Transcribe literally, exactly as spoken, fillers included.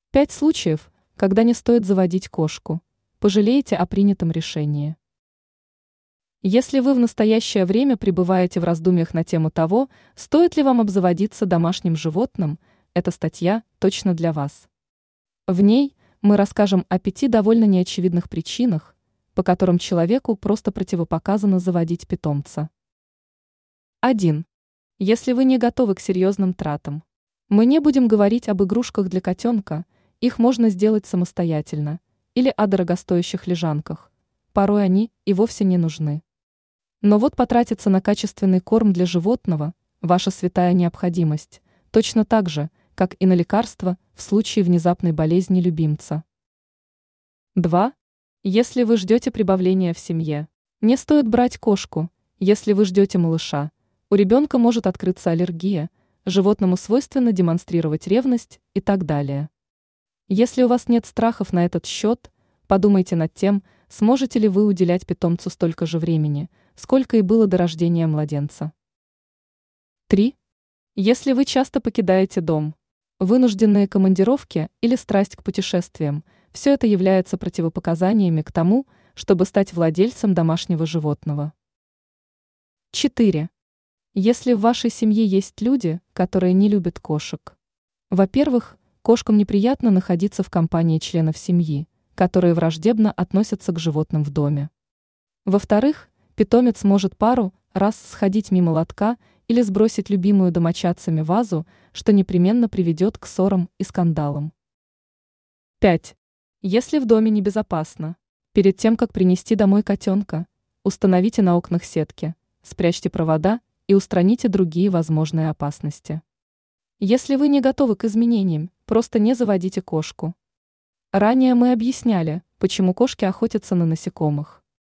Пять случаев, когда не стоит заводить кошку. Пожалеете о принятом решении. Если вы в настоящее время пребываете в раздумьях на тему того, стоит ли вам обзаводиться домашним животным, эта статья точно для вас. В ней мы расскажем о пяти довольно неочевидных причинах, по которым человеку просто противопоказано заводить питомца. один. Если вы не готовы к серьезным тратам. Мы не будем говорить об игрушках для котенка, их можно сделать самостоятельно, или о дорогостоящих лежанках, порой они и вовсе не нужны. Но вот потратиться на качественный корм для животного – ваша святая необходимость, точно так же, как и на лекарства в случае внезапной болезни любимца. два. Если вы ждете прибавления в семье. Не стоит брать кошку, если вы ждете малыша. У ребенка может открыться аллергия, животному свойственно демонстрировать ревность и так далее. Если у вас нет страхов на этот счет, подумайте над тем, сможете ли вы уделять питомцу столько же времени, сколько и было до рождения младенца. три. Если вы часто покидаете дом, вынужденные командировки или страсть к путешествиям, все это является противопоказаниями к тому, чтобы стать владельцем домашнего животного. четыре. Если в вашей семье есть люди, которые не любят кошек. Во-первых, кошкам неприятно находиться в компании членов семьи, которые враждебно относятся к животным в доме. Во-вторых, питомец может пару раз сходить мимо лотка или сбросить любимую домочадцами вазу, что непременно приведет к ссорам и скандалам. пять. Если в доме небезопасно. Перед тем, как принести домой котенка, установите на окнах сетки, спрячьте провода и устраните другие возможные опасности. Если вы не готовы к изменениям, просто не заводите кошку. Ранее мы объясняли, почему кошки охотятся на насекомых.